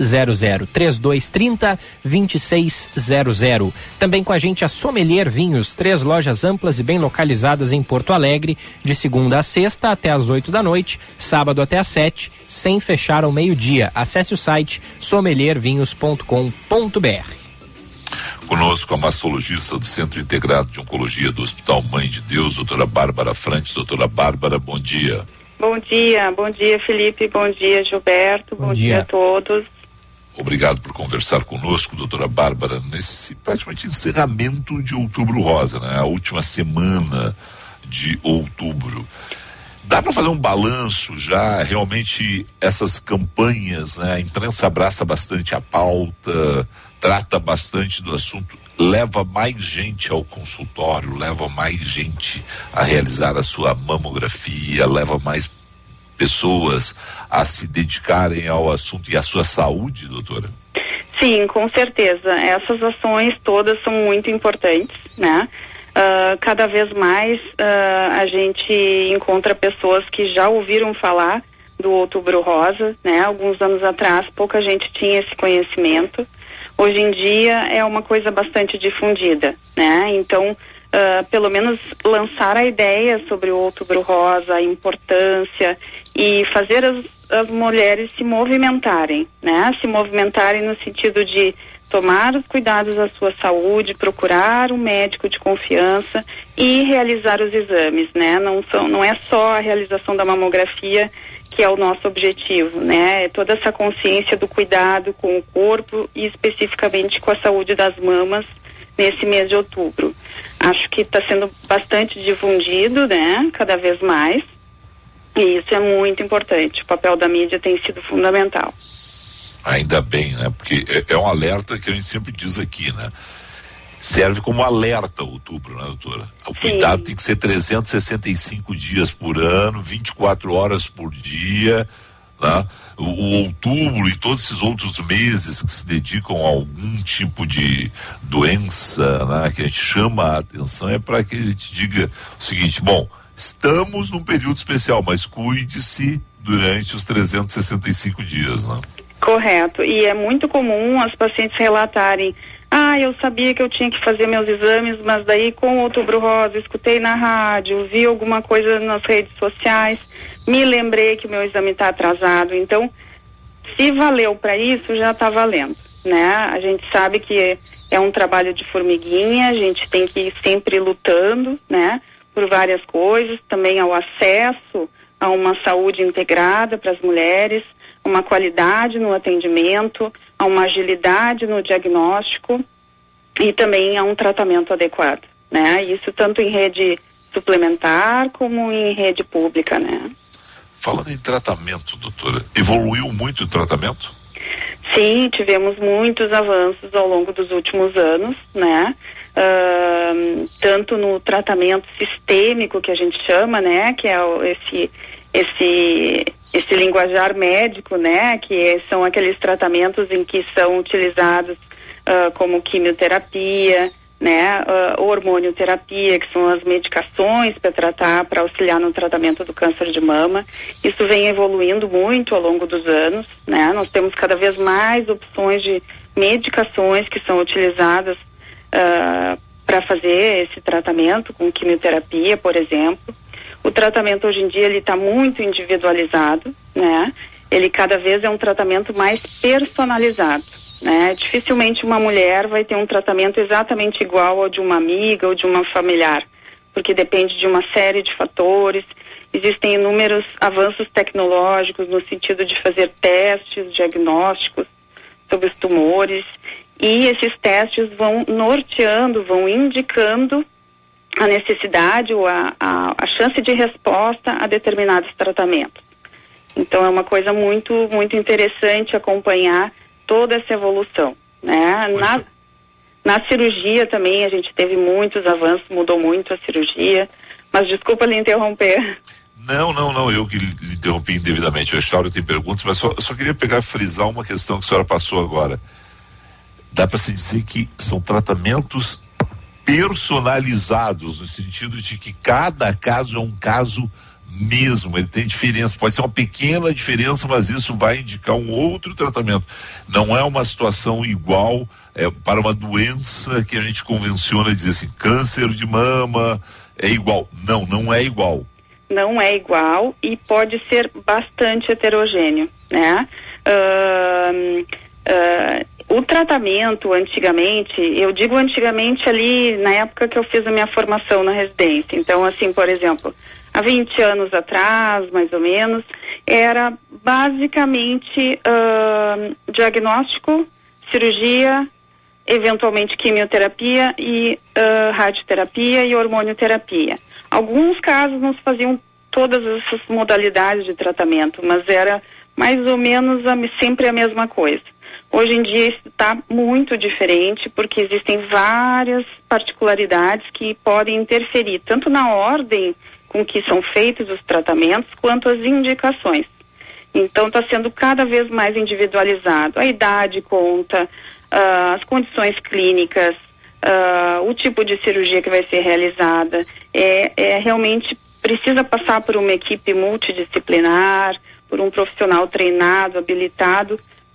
3230-2600. Também com a gente a Sommelier Vinhos, 3 lojas amplas e bem localizadas em Porto Alegre, de segunda a sexta até às 8 da noite, sábado até às 7, sem fechar ao meio-dia. Acesse o site sommeliervinhos.com.br. Conosco a mastologista do Centro Integrado de Oncologia do Hospital Mãe de Deus, doutora Bárbara Frantes. Doutora Bárbara, bom dia. Bom dia Felipe, bom dia Gilberto, bom dia a todos. Obrigado por conversar conosco, doutora Bárbara, nesse praticamente encerramento de Outubro Rosa, né? A última semana de outubro. Dá para fazer um balanço já, realmente essas campanhas, né? A imprensa abraça bastante a pauta, trata bastante do assunto, leva mais gente ao consultório, leva mais gente a realizar a sua mamografia, leva mais pessoas a se dedicarem ao assunto e à sua saúde, doutora? Sim, com certeza. Essas ações todas são muito importantes, né? Cada vez mais a gente encontra pessoas que já ouviram falar do Outubro Rosa, né? Alguns anos atrás pouca gente tinha esse conhecimento. hoje em dia é uma coisa bastante difundida, né? Então, pelo menos lançar a ideia sobre o Outubro Rosa, a importância, e fazer as mulheres se movimentarem, né? Se movimentarem no sentido de tomar os cuidados da sua saúde, procurar um médico de confiança e realizar os exames, né? Não é só a realização da mamografia que é o nosso objetivo, né? É toda essa consciência do cuidado com o corpo e especificamente com a saúde das mamas nesse mês de outubro. Acho que está sendo bastante difundido, né? Cada vez mais. E isso é muito importante. O papel da mídia tem sido fundamental. Ainda bem, né? Porque é um alerta que a gente sempre diz aqui, né? Serve como alerta outubro, né, doutora? O cuidado tem que ser 365 dias por ano, 24 horas por dia, né? O outubro e todos esses outros meses que se dedicam a algum tipo de doença, né, que a gente chama a atenção, é para que a gente diga o seguinte: bom, estamos num período especial, mas cuide-se durante os 365 dias, né? Correto, e é muito comum as pacientes relatarem: eu sabia que eu tinha que fazer meus exames, mas daí com o Outubro Rosa, escutei na rádio, vi alguma coisa nas redes sociais, me lembrei que o meu exame está atrasado. Então, se valeu para isso, já está valendo, né? A gente sabe que é um trabalho de formiguinha, a gente tem que ir sempre lutando, né? Por várias coisas, também ao acesso a uma saúde integrada para as mulheres, uma qualidade no atendimento, a uma agilidade no diagnóstico e também a um tratamento adequado, né? Isso tanto em rede suplementar como em rede pública, né? Falando em tratamento, doutora, evoluiu muito o tratamento? Sim, tivemos muitos avanços ao longo dos últimos anos, né? Tanto no tratamento sistêmico que a gente chama, né? Que é esse linguajar médico, né? Que são aqueles tratamentos em que são utilizados como quimioterapia, né? Hormonioterapia, que são as medicações para auxiliar no tratamento do câncer de mama. Isso vem evoluindo muito ao longo dos anos, né? Nós temos cada vez mais opções de medicações que são utilizadas para fazer esse tratamento, com quimioterapia, por exemplo. O tratamento hoje em dia ele está muito individualizado, né? Ele cada vez é um tratamento mais personalizado, né? Dificilmente uma mulher vai ter um tratamento exatamente igual ao de uma amiga ou de uma familiar, porque depende de uma série de fatores. Existem inúmeros avanços tecnológicos no sentido de fazer testes diagnósticos sobre os tumores, e esses testes vão norteando, vão indicando a necessidade ou a chance de resposta a determinados tratamentos. Então é uma coisa muito, muito interessante acompanhar toda essa evolução, né? Na cirurgia também a gente teve muitos avanços, mudou muito a cirurgia, mas desculpa lhe interromper. Não, eu que lhe interrompi indevidamente. O Echauri tem perguntas, mas só queria frisar uma questão que a senhora passou agora. Dá para se dizer que são tratamentos personalizados, no sentido de que cada caso é um caso mesmo, ele tem diferença, pode ser uma pequena diferença, mas isso vai indicar um outro tratamento. Não é uma situação igual para uma doença que a gente convenciona dizer assim, câncer de mama é igual. Não é igual. Não é igual e pode ser bastante heterogêneo, né? O tratamento antigamente, eu digo antigamente ali na época que eu fiz a minha formação na residência, então assim, por exemplo, há 20 anos atrás, mais ou menos, era basicamente diagnóstico, cirurgia, eventualmente quimioterapia e radioterapia e hormonioterapia. Alguns casos não se faziam todas essas modalidades de tratamento, mas era mais ou menos sempre a mesma coisa. Hoje em dia isso está muito diferente, porque existem várias particularidades que podem interferir, tanto na ordem com que são feitos os tratamentos, quanto as indicações. Então está sendo cada vez mais individualizado. A idade conta, as condições clínicas, o tipo de cirurgia que vai ser realizada. Realmente precisa passar por uma equipe multidisciplinar, por um profissional treinado, habilitado,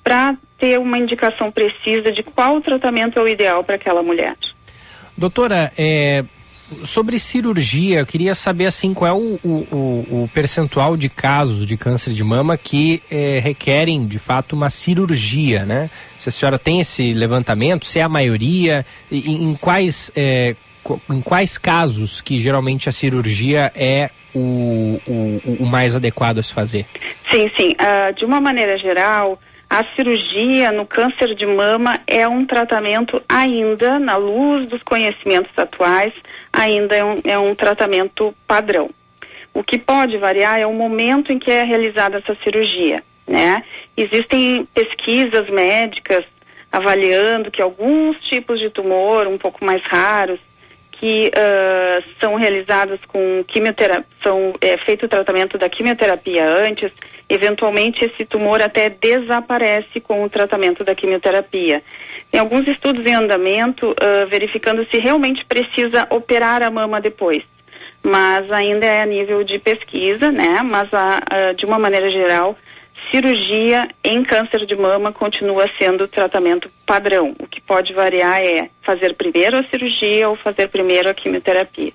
para ter uma indicação precisa de qual tratamento é o ideal para aquela mulher. Doutora, sobre cirurgia, eu queria saber assim, qual é o percentual de casos de câncer de mama que requerem de fato uma cirurgia, né? Se a senhora tem esse levantamento, se é a maioria, em quais casos que geralmente a cirurgia é o mais adequado a se fazer? Sim. De uma maneira geral, a cirurgia no câncer de mama é um tratamento ainda, na luz dos conhecimentos atuais, ainda é um tratamento padrão. O que pode variar é o momento em que é realizada essa cirurgia, né? Existem pesquisas médicas avaliando que alguns tipos de tumor, um pouco mais raros, que são realizados com quimioterapia, feito o tratamento da quimioterapia antes, eventualmente esse tumor até desaparece com o tratamento da quimioterapia. Tem alguns estudos em andamento verificando se realmente precisa operar a mama depois, mas ainda é a nível de pesquisa, né? Mas de uma maneira geral, cirurgia em câncer de mama continua sendo o tratamento padrão. O que pode variar é fazer primeiro a cirurgia ou fazer primeiro a quimioterapia.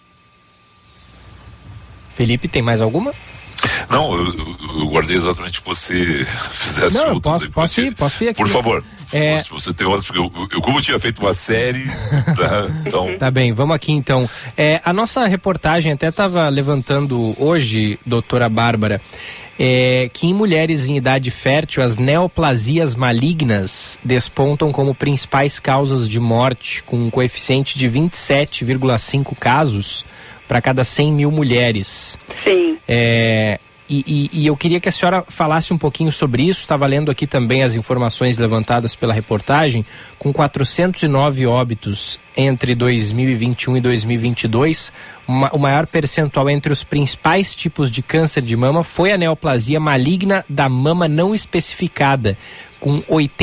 Felipe, tem mais alguma? Não, eu guardei exatamente que você fizesse outras. Posso ir aqui. Por favor. Se você tem outras, porque eu como tinha feito uma série, tá? Então... Tá bem, vamos aqui então. A nossa reportagem até estava levantando hoje, doutora Bárbara, que em mulheres em idade fértil, as neoplasias malignas despontam como principais causas de morte, com um coeficiente de 27,5 casos para cada 100 mil mulheres. Sim. E eu queria que a senhora falasse um pouquinho sobre isso. Estava lendo aqui também as informações levantadas pela reportagem, com 409 óbitos entre 2021 e 2022, o maior percentual entre os principais tipos de câncer de mama foi a neoplasia maligna da mama não especificada, com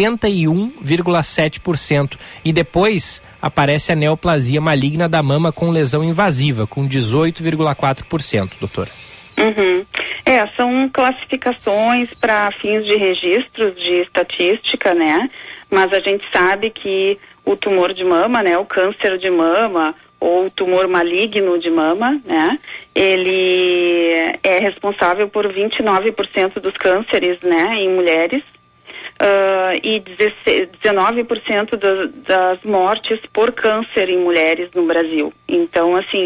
81,7%. E depois aparece a neoplasia maligna da mama com lesão invasiva, com 18,4%, doutora. Uhum. São classificações para fins de registros de estatística, né? Mas a gente sabe que o tumor de mama, né? O câncer de mama ou o tumor maligno de mama, né? Ele é responsável por 29% dos cânceres, né? Em mulheres. E 19% das mortes por câncer em mulheres no Brasil. Então, assim,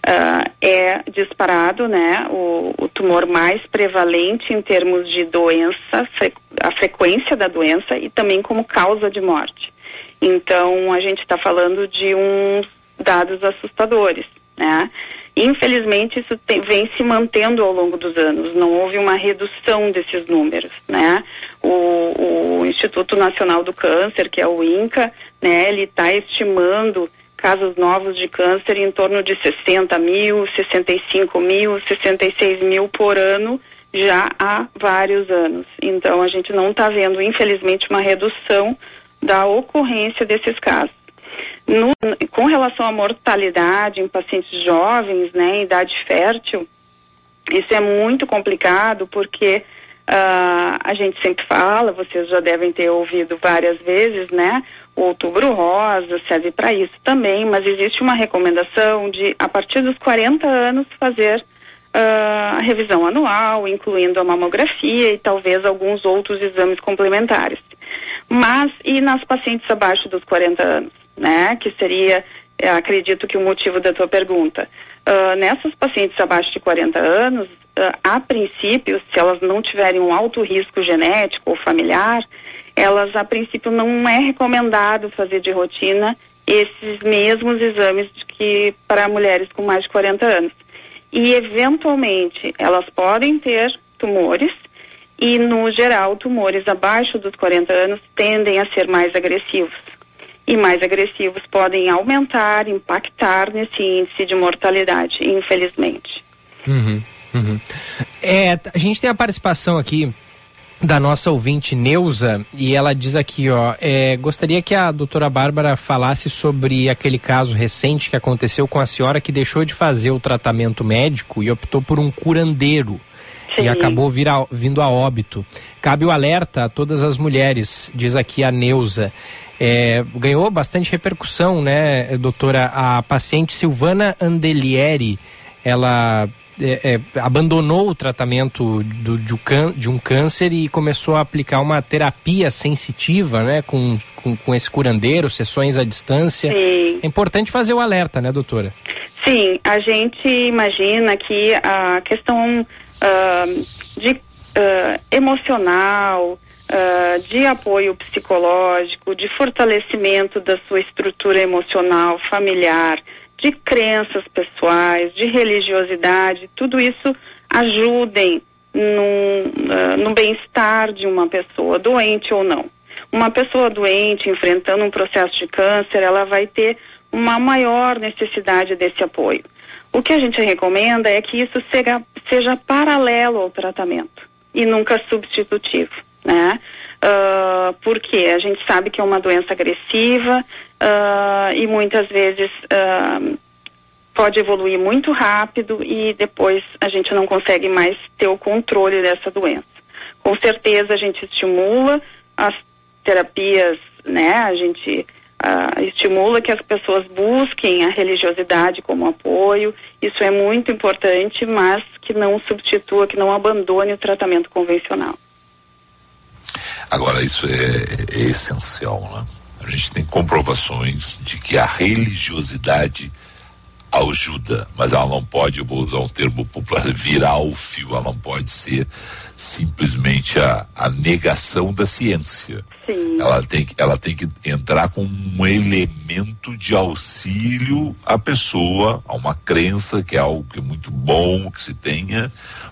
é disparado, né, o tumor mais prevalente em termos de doença, a frequência da doença e também como causa de morte. Então, a gente está falando de uns dados assustadores, né? Infelizmente, isso vem se mantendo ao longo dos anos. Não houve uma redução desses números, né? O Instituto Nacional do Câncer, que é o INCA, né? Ele está estimando casos novos de câncer em torno de 60 mil, 65 mil, 66 mil por ano já há vários anos. Então, a gente não está vendo, infelizmente, uma redução da ocorrência desses casos. Com relação à mortalidade em pacientes jovens, né, em idade fértil, isso é muito complicado porque a gente sempre fala, vocês já devem ter ouvido várias vezes, né, o Outubro Rosa serve para isso também, mas existe uma recomendação de, a partir dos 40 anos, fazer a revisão anual, incluindo a mamografia e talvez alguns outros exames complementares. Mas, e nas pacientes abaixo dos 40 anos? Né, que seria, acredito que o motivo da tua pergunta. Nessas pacientes abaixo de 40 anos, a princípio, se elas não tiverem um alto risco genético ou familiar, elas a princípio não é recomendado fazer de rotina esses mesmos exames que para mulheres com mais de 40 anos. E eventualmente elas podem ter tumores e no geral tumores abaixo dos 40 anos tendem a ser mais agressivos. E mais agressivos podem aumentar, impactar nesse índice de mortalidade, infelizmente. A gente tem a participação aqui da nossa ouvinte Neuza, e ela diz aqui, gostaria que a doutora Bárbara falasse sobre aquele caso recente que aconteceu com a senhora que deixou de fazer o tratamento médico e optou por um curandeiro. e acabou vindo a óbito. Cabe o alerta a todas as mulheres, diz aqui a Neuza. Ganhou bastante repercussão, né, doutora? A paciente Silvana Andelieri, ela abandonou o tratamento de um câncer e começou a aplicar uma terapia sensitiva, né, com esse curandeiro, sessões à distância. Sim. É importante fazer o alerta, né, doutora? Sim, a gente imagina que a questão emocional, de apoio psicológico, de fortalecimento da sua estrutura emocional, familiar, de crenças pessoais, de religiosidade, tudo isso ajudem no bem-estar de uma pessoa, doente ou não. Uma pessoa doente, enfrentando um processo de câncer, ela vai ter uma maior necessidade desse apoio. O que a gente recomenda é que isso seja paralelo ao tratamento e nunca substitutivo, né? Porque a gente sabe que é uma doença agressiva e muitas vezes pode evoluir muito rápido e depois a gente não consegue mais ter o controle dessa doença. Com certeza a gente estimula as terapias, né? A gente estimula que as pessoas busquem a religiosidade como apoio. Isso é muito importante, mas que não substitua, que não abandone o tratamento convencional. Agora, isso é essencial, né? A gente tem comprovações de que a religiosidade ajuda, mas ela não pode, eu vou usar um termo popular, virar o fio, ela não pode ser simplesmente a negação da ciência. Sim. Ela tem que entrar com um elemento de auxílio à pessoa, a uma crença, que é algo que é muito bom que se tenha,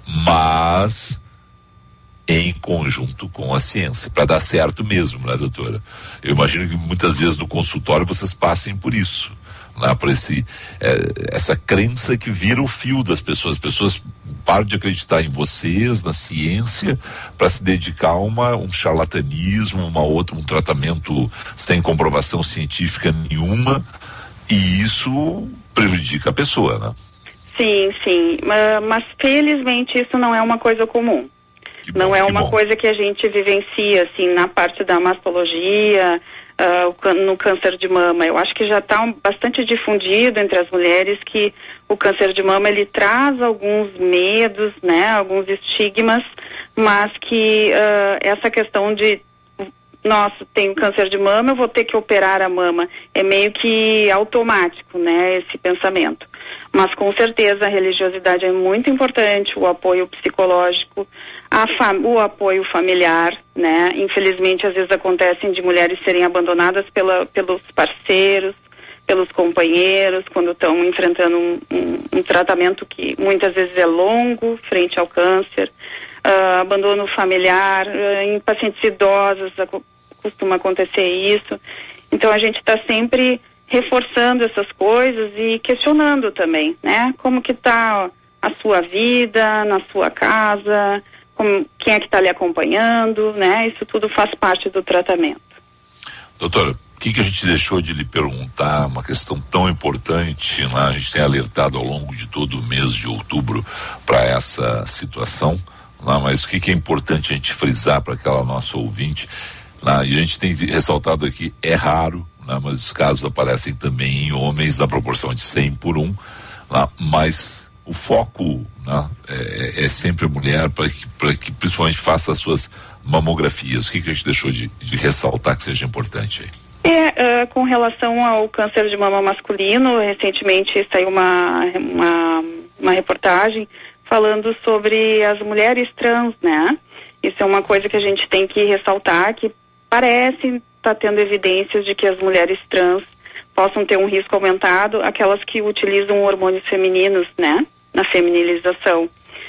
mas em conjunto com a ciência, para dar certo mesmo, né, doutora? Eu imagino que muitas vezes no consultório vocês passem por isso, né, por essa crença que vira o fio das pessoas. As pessoas param de acreditar em vocês, na ciência, para se dedicar a um charlatanismo, um tratamento sem comprovação científica nenhuma, e isso prejudica a pessoa, né? Sim, mas felizmente isso não é uma coisa comum. Não é uma coisa que a gente vivencia, assim, na parte da mastologia, no câncer de mama. Eu acho que já está bastante difundido entre as mulheres que o câncer de mama, ele traz alguns medos, né, alguns estigmas, mas que essa questão de, nossa, tenho câncer de mama, eu vou ter que operar a mama, é meio que automático, né, esse pensamento. Mas com certeza a religiosidade é muito importante, o apoio psicológico, o apoio familiar, né? Infelizmente às vezes acontecem de mulheres serem abandonadas pelos parceiros, pelos companheiros, quando estão enfrentando um tratamento que muitas vezes é longo, frente ao câncer, abandono familiar, em pacientes idosos costuma acontecer isso. Então a gente está sempre reforçando essas coisas e questionando também, né? Como que está a sua vida, na sua casa, quem é que está lhe acompanhando, né? Isso tudo faz parte do tratamento. Doutora, o que a gente deixou de lhe perguntar, uma questão tão importante, né? A gente tem alertado ao longo de todo o mês de outubro para essa situação, né? Mas o que é importante a gente frisar para aquela nossa ouvinte, né? E a gente tem ressaltado aqui, é raro, mas os casos aparecem também em homens na proporção de 100 por 1, mas o foco, né, é sempre a mulher para que principalmente faça as suas mamografias. O que a gente deixou de ressaltar que seja importante aí? Com relação ao câncer de mama masculino, recentemente saiu uma reportagem falando sobre as mulheres trans, né? Isso é uma coisa que a gente tem que ressaltar, que parece está tendo evidências de que as mulheres trans possam ter um risco aumentado, aquelas que utilizam hormônios femininos, né, na feminilização.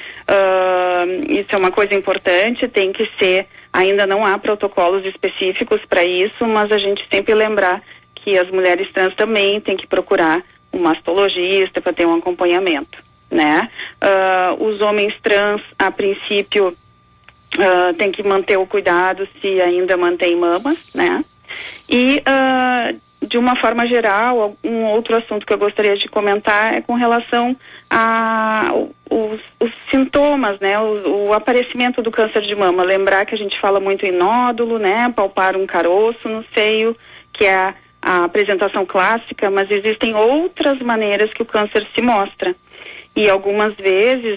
Isso é uma coisa importante, tem que ser, ainda não há protocolos específicos para isso, mas a gente sempre lembrar que as mulheres trans também têm que procurar um mastologista para ter um acompanhamento, né. Os homens trans, a princípio, tem que manter o cuidado se ainda mantém mamas, né? E de uma forma geral, um outro assunto que eu gostaria de comentar é com relação a os sintomas, né, o aparecimento do câncer de mama. Lembrar que a gente fala muito em nódulo, né, palpar um caroço no seio, que é a apresentação clássica, mas existem outras maneiras que o câncer se mostra. E algumas vezes,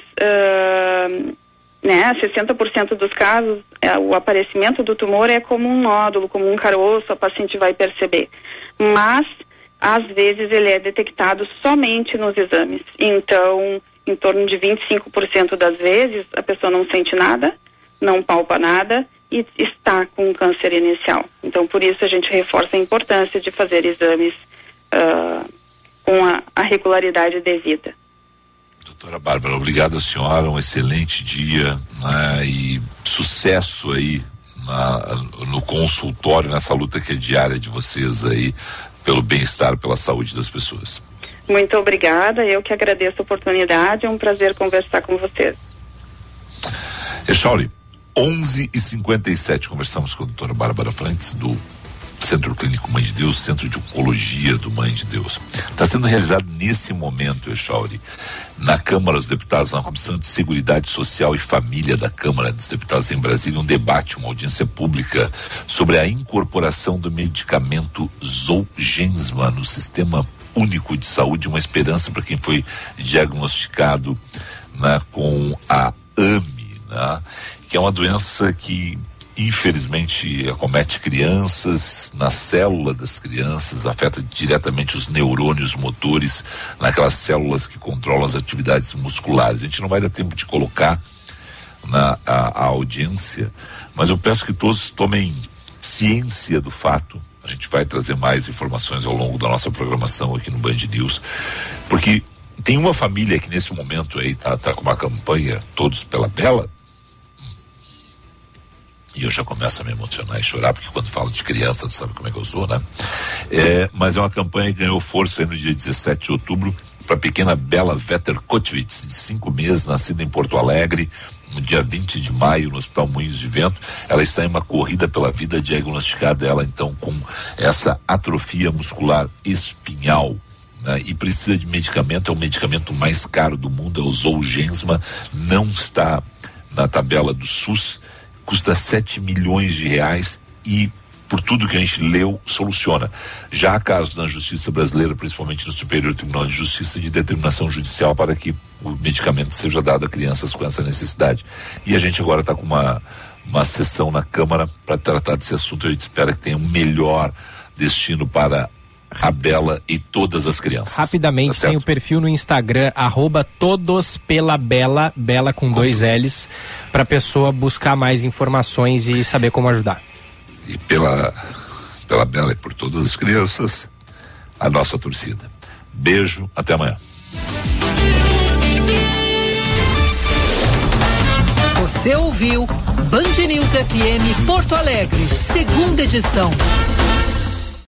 60% dos casos, o aparecimento do tumor é como um nódulo, como um caroço, a paciente vai perceber. Mas, às vezes, ele é detectado somente nos exames. Então, em torno de 25% das vezes, a pessoa não sente nada, não palpa nada e está com um câncer inicial. Então, por isso, a gente reforça a importância de fazer exames com a regularidade devida. Doutora Bárbara, obrigado à senhora, um excelente dia, né, e sucesso aí no consultório, nessa luta que é diária de vocês aí, pelo bem-estar, pela saúde das pessoas. Muito obrigada, eu que agradeço a oportunidade, é um prazer conversar com vocês. Echauri, 11h57, conversamos com a doutora Bárbara Frantes, do Centro Clínico Mãe de Deus, Centro de Oncologia do Mãe de Deus. Está sendo realizado nesse momento, Echauri, na Câmara dos Deputados, na Comissão de Seguridade Social e Família da Câmara dos Deputados em Brasília, um debate, uma audiência pública sobre a incorporação do medicamento Zolgensma no Sistema Único de Saúde, uma esperança para quem foi diagnosticado, né, com a AME, né, que é uma doença que infelizmente acomete crianças, na célula das crianças, afeta diretamente os neurônios motores, naquelas células que controlam as atividades musculares. A gente não vai dar tempo de colocar a audiência, mas eu peço que todos tomem ciência do fato. A gente vai trazer mais informações ao longo da nossa programação aqui no Band News, porque tem uma família que nesse momento aí tá com uma campanha Todos pela Bela. E eu já começo a me emocionar e chorar, porque quando falo de criança, tu sabe como é que eu sou, né? Mas é uma campanha que ganhou força aí no dia 17 de outubro para a pequena Bela Vetter-Kotvitz, de 5 meses, nascida em Porto Alegre, no dia 20 de maio, no Hospital Moinhos de Vento. Ela está em uma corrida pela vida, diagnosticada ela então com essa atrofia muscular espinhal, né? E precisa de medicamento, é o medicamento mais caro do mundo, é o Zolgensma, não está na tabela do SUS, custa 7 milhões de reais e, por tudo que a gente leu, soluciona. Já há casos na justiça brasileira, principalmente no Superior Tribunal de Justiça, de determinação judicial para que o medicamento seja dado a crianças com essa necessidade. E a gente agora está com uma sessão na Câmara para tratar desse assunto. A gente espera que tenha um melhor destino para a Bela e todas as crianças. Rapidamente, tem o perfil no Instagram, @todospelabela, Bela com 2 L's, para a pessoa buscar mais informações e saber como ajudar. E pela Bela e por todas as crianças, a nossa torcida. Beijo, até amanhã. Você ouviu Band News FM Porto Alegre, segunda edição.